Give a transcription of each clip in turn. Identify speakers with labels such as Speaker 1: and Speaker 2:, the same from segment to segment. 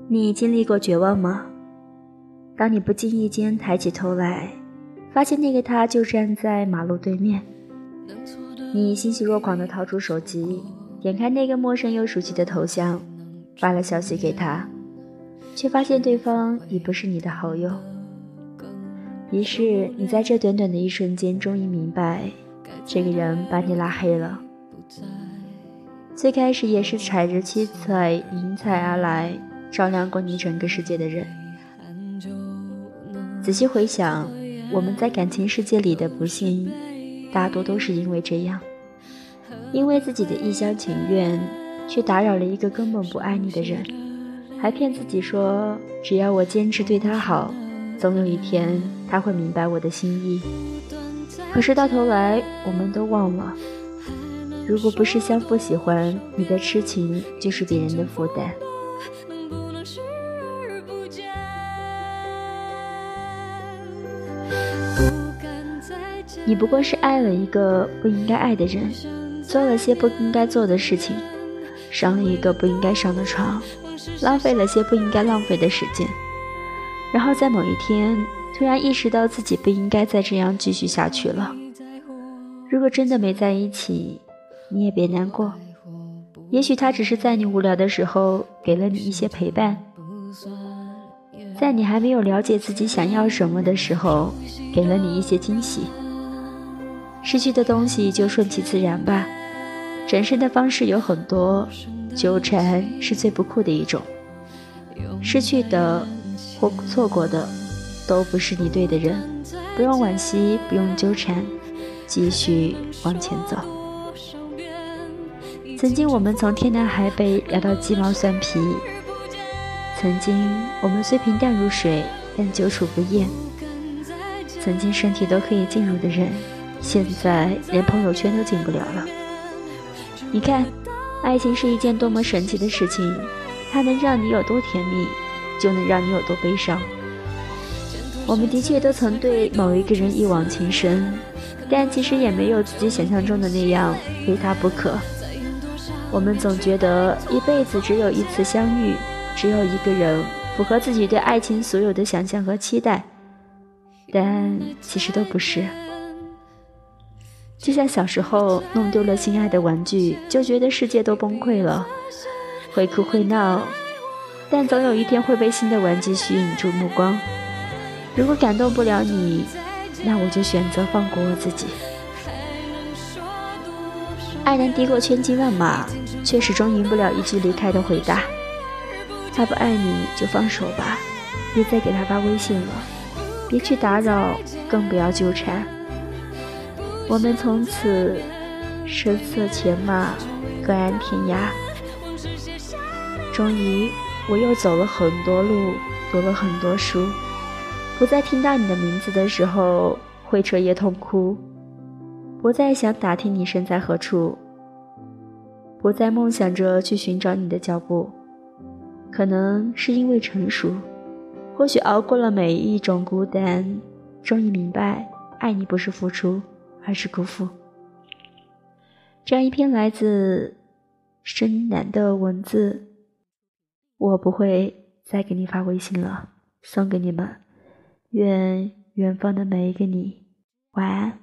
Speaker 1: 你经历过绝望吗？当你不经意间抬起头来，发现那个他就站在马路对面，你欣喜若狂地掏出手机，点开那个陌生又熟悉的头像，发了消息给他，却发现对方已不是你的好友。于是你在这短短的一瞬间终于明白，这个人把你拉黑了。最开始也是踩着七彩云彩而来，照亮过你整个世界的人。仔细回想，我们在感情世界里的不幸，大多都是因为这样，因为自己的一厢情愿，却打扰了一个根本不爱你的人，还骗自己说，只要我坚持对他好，总有一天他会明白我的心意。可是到头来，我们都忘了，如果不是相互喜欢，你的痴情就是别人的负担。你不过是爱了一个不应该爱的人，做了些不应该做的事情，上了一个不应该上的床，浪费了些不应该浪费的时间，然后在某一天突然意识到自己不应该再这样继续下去了。如果真的没在一起，你也别难过，也许他只是在你无聊的时候给了你一些陪伴，在你还没有了解自己想要什么的时候给了你一些惊喜。失去的东西就顺其自然吧，转身的方式有很多，纠缠是最不酷的一种。失去的或错过的都不是你对的人，不用惋惜，不用纠缠，继续往前走。曾经我们从天南海北聊到鸡毛蒜皮，曾经我们虽平淡如水，但久处不厌。曾经身体都可以进入的人，现在连朋友圈都进不了了。你看，爱情是一件多么神奇的事情，它能让你有多甜蜜，就能让你有多悲伤。我们的确都曾对某一个人一往情深，但其实也没有自己想象中的那样非他不可。我们总觉得一辈子只有一次相遇，只有一个人符合自己对爱情所有的想象和期待，但其实都不是。就像小时候弄丢了心爱的玩具，就觉得世界都崩溃了，会哭会闹，但总有一天会被新的玩具吸引住目光。如果感动不了你，那我就选择放过我自己。爱能敌过千军万马，却始终赢不了一句离开的回答。他不爱你就放手吧，别再给他发微信了，别去打扰，更不要纠缠。我们从此声色犬马，各安天涯。终于我又走了很多路，读了很多书，不再听到你的名字的时候会彻夜痛哭，不再想打听你身在何处，不再梦想着去寻找你的脚步。可能是因为成熟，或许熬过了每一种孤单，终于明白爱你不是付出，而是辜负。这样一篇来自深蓝的文字，我不会再给你发微信了，送给你们。愿远方的每一个你晚安。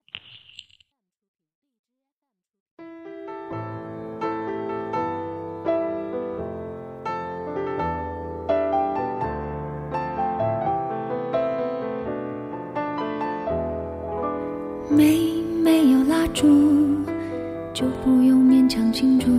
Speaker 2: 没有蜡烛，就不用勉强庆祝。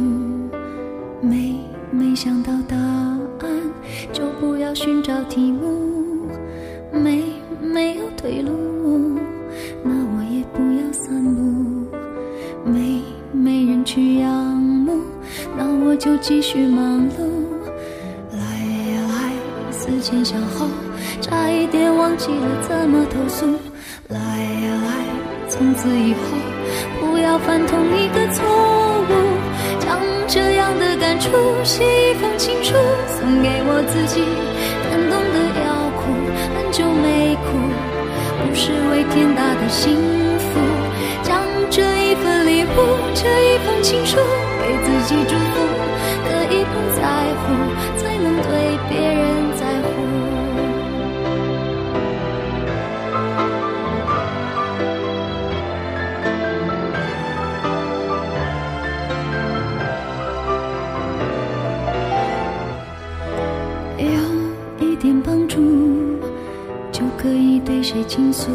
Speaker 2: 没想到答案，就不要寻找题目。没有退路，那我也不要散步。没人去仰慕，那我就继续忙碌。来，思前想后，差一点忘记了怎么投诉。来，从此以后不要犯同一个错误，将这样的感触写一封情书，送给我自己，感动的要哭，很久没哭，不是为天大的幸福，将这一份礼物，这一封情书给自己祝福，可以不在乎，才能对别诉，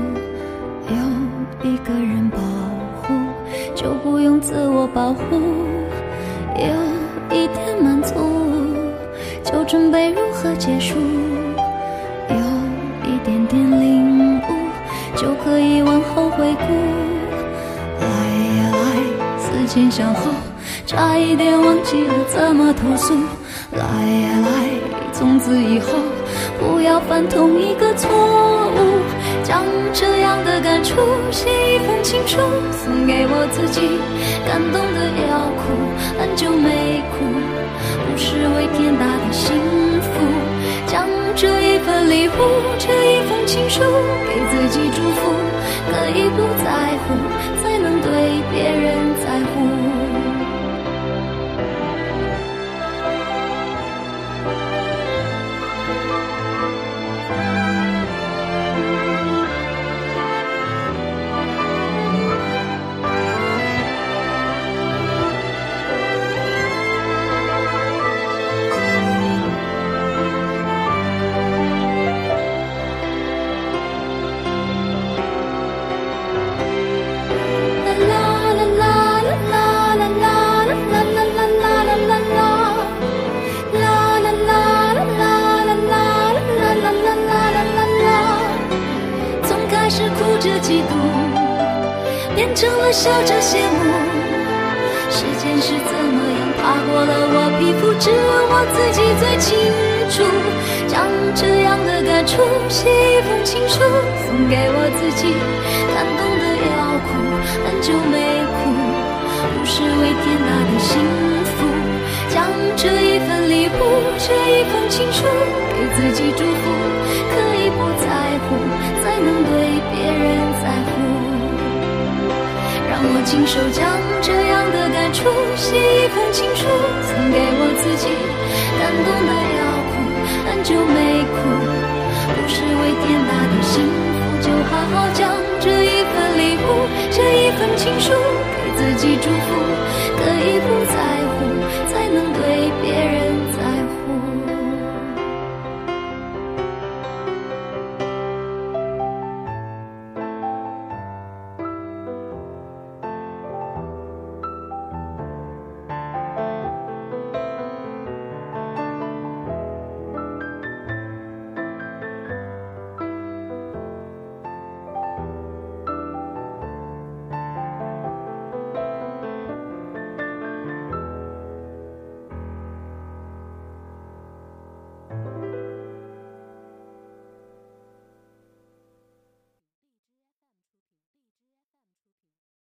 Speaker 2: 有一个人保护，就不用自我保护，有一点满足，就准备如何结束，有一点点领悟，就可以往后回顾。来呀来，思前想后，差一点忘记了怎么投诉。来呀来，从此以后不要犯同一个错误，将这样的感触写一封情书，送给我自己，感动的要哭，很久没哭，不是为天大的幸福，将这一份礼物，这一封情书给自己祝福，可以不在乎，才能对别人在乎。变成了笑着谢幕，时间是怎么样爬过了我皮肤，只有我自己最清楚，将这样的感触写一封情书，送给我自己，感动的要哭，很久没哭，不是为天大的幸福，将这一份礼物，这一封情书给自己祝福，可以不在乎，才能对别人在乎。让我亲手将这样的感触写一封情书，送给我自己，感动的要哭，很久没哭，不是为天大的幸福，就好好将这一份礼物，这一份情书给自己祝福，可以不在乎，才能对别人